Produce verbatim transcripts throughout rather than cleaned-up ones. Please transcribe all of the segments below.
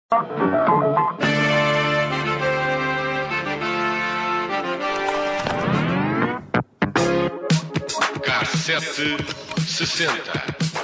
Cassete sessenta.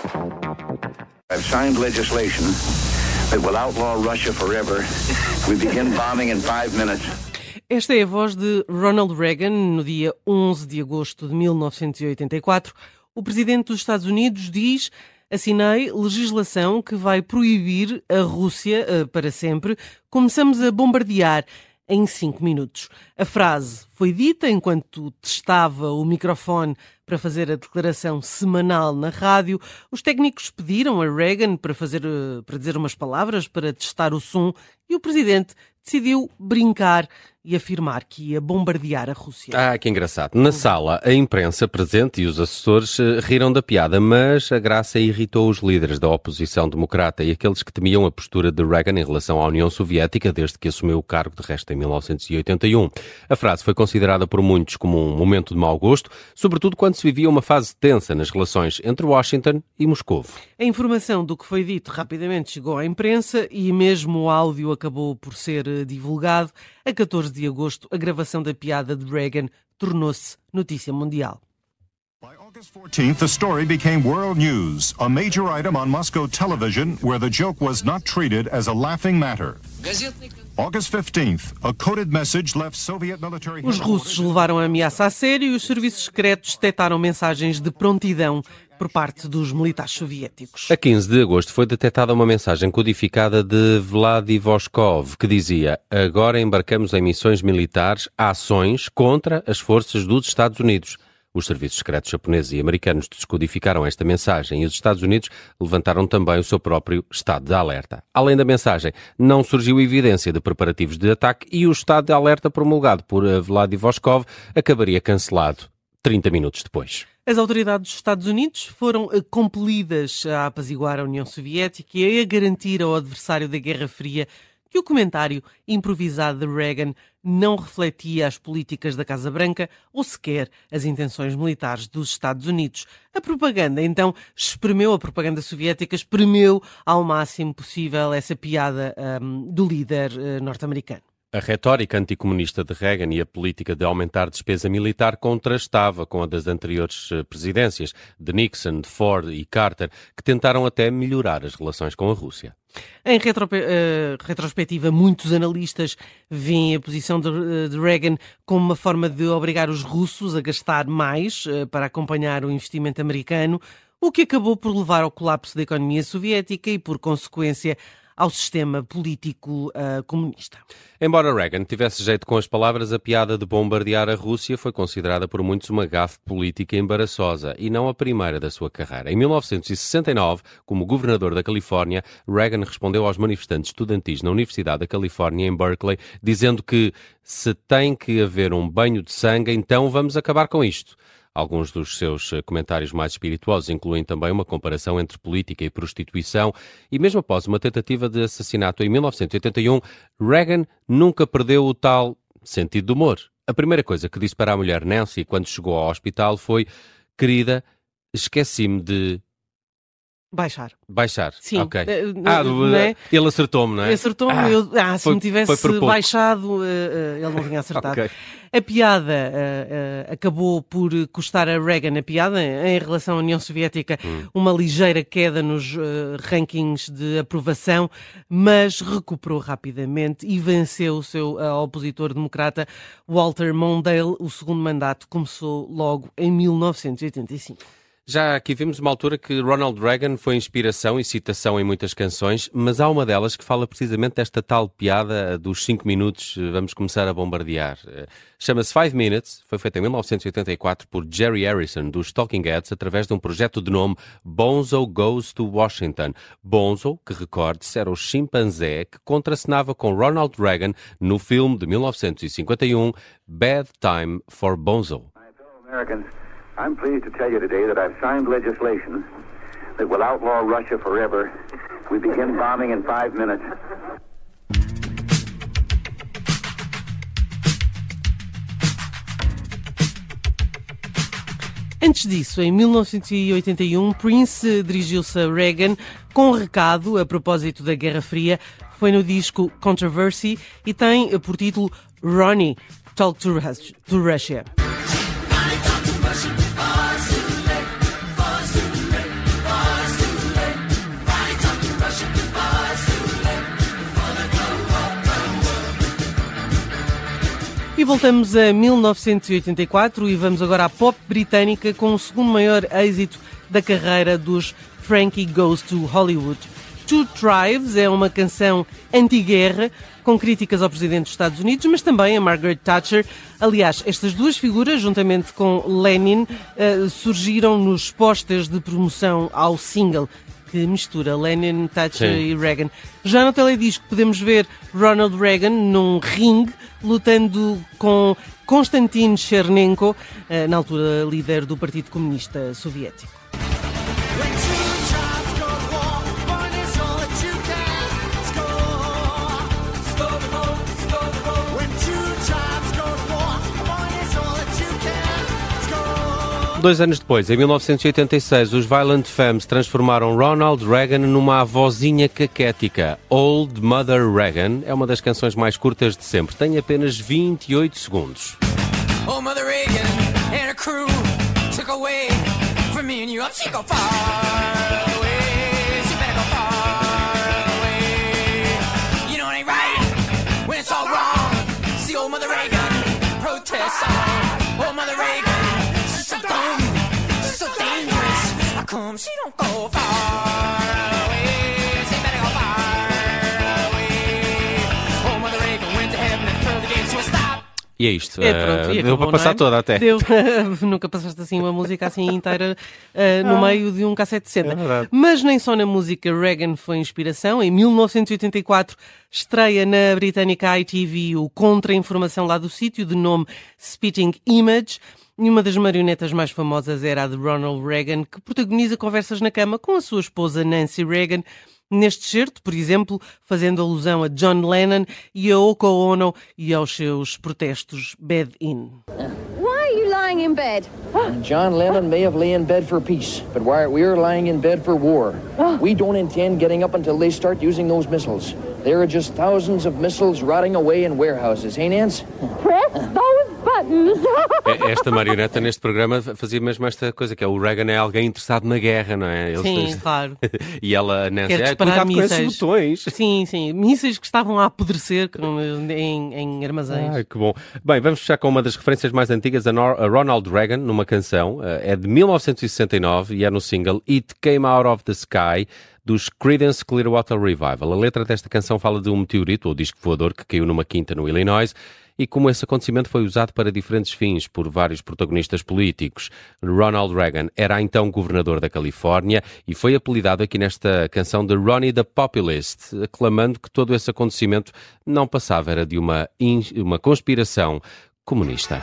I've signed legislation that will outlaw Russia forever. We begin bombing in five minutes. Esta é a voz de Ronald Reagan no dia onze de agosto de mil novecentos e oitenta e quatro. O presidente dos Estados Unidos diz: assinei legislação que vai proibir a Rússia uh, para sempre. Começamos a bombardear em cinco minutos. A frase foi dita enquanto testava o microfone para fazer a declaração semanal na rádio. Os técnicos pediram a Reagan para, fazer, uh, para dizer umas palavras para testar o som e o presidente decidiu brincar e afirmar que ia bombardear a Rússia. Ah, que engraçado. Na sala, a imprensa presente e os assessores riram da piada, mas a graça irritou os líderes da oposição democrata e aqueles que temiam a postura de Reagan em relação à União Soviética desde que assumiu o cargo, de resto, em mil novecentos e oitenta e um. A frase foi considerada por muitos como um momento de mau gosto, sobretudo quando se vivia uma fase tensa nas relações entre Washington e Moscovo. A informação do que foi dito rapidamente chegou à imprensa e mesmo o áudio acabou por ser divulgado. A catorze de agosto, a gravação da piada de Reagan tornou-se notícia mundial. By August fourteenth, the story became world news, a major item on Moscow television where the joke was not treated as a laughing matter. August fifteenth, a coded message left Soviet military... Os russos levaram a ameaça a sério e os serviços secretos detectaram mensagens de prontidão por parte dos militares soviéticos. A quinze de agosto foi detectada uma mensagem codificada de Vladivostok que dizia: agora embarcamos em missões militares, ações contra as forças dos Estados Unidos. Os serviços secretos japoneses e americanos descodificaram esta mensagem e os Estados Unidos levantaram também o seu próprio estado de alerta. Além da mensagem, não surgiu evidência de preparativos de ataque e o estado de alerta promulgado por Vladivostok acabaria cancelado trinta minutos depois. As autoridades dos Estados Unidos foram compelidas a apaziguar a União Soviética e a garantir ao adversário da Guerra Fria que o comentário improvisado de Reagan não refletia as políticas da Casa Branca ou sequer as intenções militares dos Estados Unidos. A propaganda, então, espremeu, a propaganda soviética espremeu ao máximo possível essa piada um, do líder uh, norte-americano. A retórica anticomunista de Reagan e a política de aumentar despesa militar contrastava com a das anteriores presidências, de Nixon, de Ford e Carter, que tentaram até melhorar as relações com a Rússia. Em retro, uh, retrospectiva, muitos analistas veem a posição de, de Reagan como uma forma de obrigar os russos a gastar mais uh, para acompanhar o investimento americano, o que acabou por levar ao colapso da economia soviética e, por consequência, ao sistema político uh, comunista. Embora Reagan tivesse jeito com as palavras, a piada de bombardear a Rússia foi considerada por muitos uma gafe política embaraçosa e não a primeira da sua carreira. Em mil novecentos e sessenta e nove, como governador da Califórnia, Reagan respondeu aos manifestantes estudantis na Universidade da Califórnia, em Berkeley, dizendo que se tem que haver um banho de sangue, então vamos acabar com isto. Alguns dos seus comentários mais espirituosos incluem também uma comparação entre política e prostituição e mesmo após uma tentativa de assassinato em mil novecentos e oitenta e um, Reagan nunca perdeu o tal sentido de humor. A primeira coisa que disse para a mulher Nancy quando chegou ao hospital foi: querida, esqueci-me de... Baixar. Baixar, sim. Ok. Uh, ah, não é? Ele acertou-me, não é? Acertou-me. Ah, eu, ah, se foi, me tivesse baixado, uh, uh, ele não tinha acertado. Okay. A piada uh, uh, acabou por custar a Reagan, a piada, em relação à União Soviética, hum. uma ligeira queda nos uh, rankings de aprovação, mas recuperou rapidamente e venceu o seu uh, opositor democrata, Walter Mondale. O segundo mandato começou logo em mil novecentos e oitenta e cinco. Já aqui vimos uma altura que Ronald Reagan foi inspiração e citação em muitas canções, mas há uma delas que fala precisamente desta tal piada dos cinco minutos, vamos começar a bombardear. Chama-se Five Minutes, foi feita em mil novecentos e oitenta e quatro por Jerry Harrison, dos Talking Heads, através de um projeto de nome Bonzo Goes to Washington. Bonzo, que recorde-se, era o chimpanzé que contracenava com Ronald Reagan no filme de mil novecentos e cinquenta e um, Bad Time for Bonzo. I'm pleased to tell you today that I've signed legislation that will outlaw Russia forever. We begin bombing in five minutes. Antes disso, em mil novecentos e oitenta e um, Prince dirigiu-se a Reagan com um recado a propósito da Guerra Fria. foi no disco Controversy e tem por título Ronnie, Talk to Russia. E voltamos a mil novecentos e oitenta e quatro e vamos agora à pop britânica com o segundo maior êxito da carreira dos Frankie Goes to Hollywood. Two Tribes é uma canção anti-guerra com críticas ao presidente dos Estados Unidos, mas também a Margaret Thatcher. Aliás, estas duas figuras, juntamente com Lenin, surgiram nos pósteres de promoção ao single, que mistura Lenin, Thatcher Sim. e Reagan. Já no teledisco podemos ver Ronald Reagan num ringue lutando com Konstantin Chernenko, na altura líder do Partido Comunista Soviético. Dois anos depois, em mil novecentos e oitenta e seis, os Violent Femmes transformaram Ronald Reagan numa avózinha caquética. Old Mother Reagan é uma das canções mais curtas de sempre. Tem apenas vinte e oito segundos. Old Mother Reagan and her crew took away from me and you. She go far away. She better go far away. You know it ain't right when it's all wrong. See Old Mother Reagan protest song. Old Mother Reagan. So dangerous. How come she don't go far away? She better go far away. Oh, Mother Reagan went to heaven and threw the game to a stop. E é isto. É, pronto, uh, deu acabou, para passar é? toda até. Deu. Nunca passaste assim uma música assim inteira uh, no ah, meio de um cassete de sessenta. É Mas nem só na música Reagan foi inspiração. Em mil novecentos e oitenta e quatro estreia na britânica I T V o Contra-Informação lá do sítio, de nome Spitting Image. E uma das marionetas mais famosas era a de Ronald Reagan, que protagoniza conversas na cama com a sua esposa Nancy Reagan. Neste certo, por exemplo, fazendo alusão a John Lennon e a Yoko Ono e aos seus protestos bed-in. Why are you lying in bed? John Lennon may have lay in bed for peace, but we're lying in bed for war. We don't intend getting up until they start using those missiles. There are just thousands of missiles rotting away in warehouses, hey, Nance? Press those buttons. Esta marioneta neste programa fazia mesmo esta coisa, que é o Reagan é alguém interessado na guerra, não é? Eles, sim, eles... claro. E ela, a Nancy, é, cuidado com esses botões. Sim, sim. Mísseis que estavam a apodrecer em, em armazéns. Ai, que bom. Bem, vamos fechar com uma das referências mais antigas, a Ronald Reagan, numa canção. É de mil novecentos e sessenta e nove e é no single It Came Out of the Sky, dos Creedence Clearwater Revival. A letra desta canção fala de um meteorito ou disco voador que caiu numa quinta no Illinois e como esse acontecimento foi usado para diferentes fins por vários protagonistas políticos. Ronald Reagan era então governador da Califórnia e foi apelidado aqui nesta canção de Ronnie the Populist, aclamando que todo esse acontecimento não passava, era de uma, uma conspiração comunista.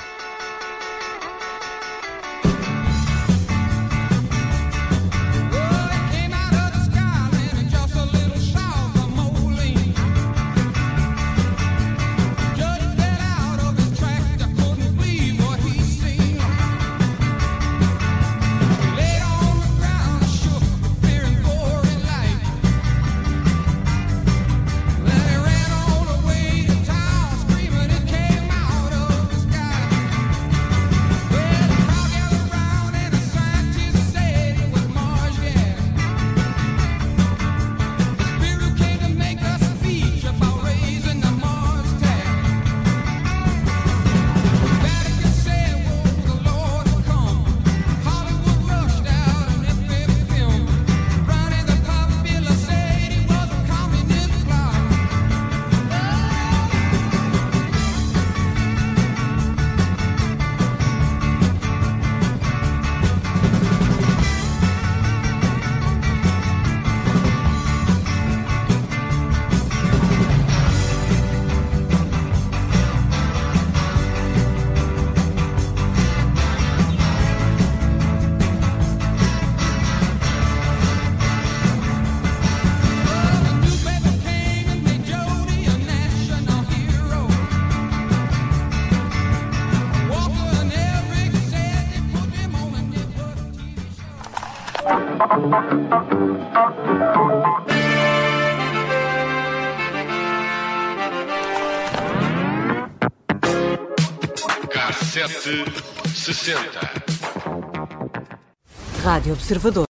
R sete sessenta. Rádio Observador.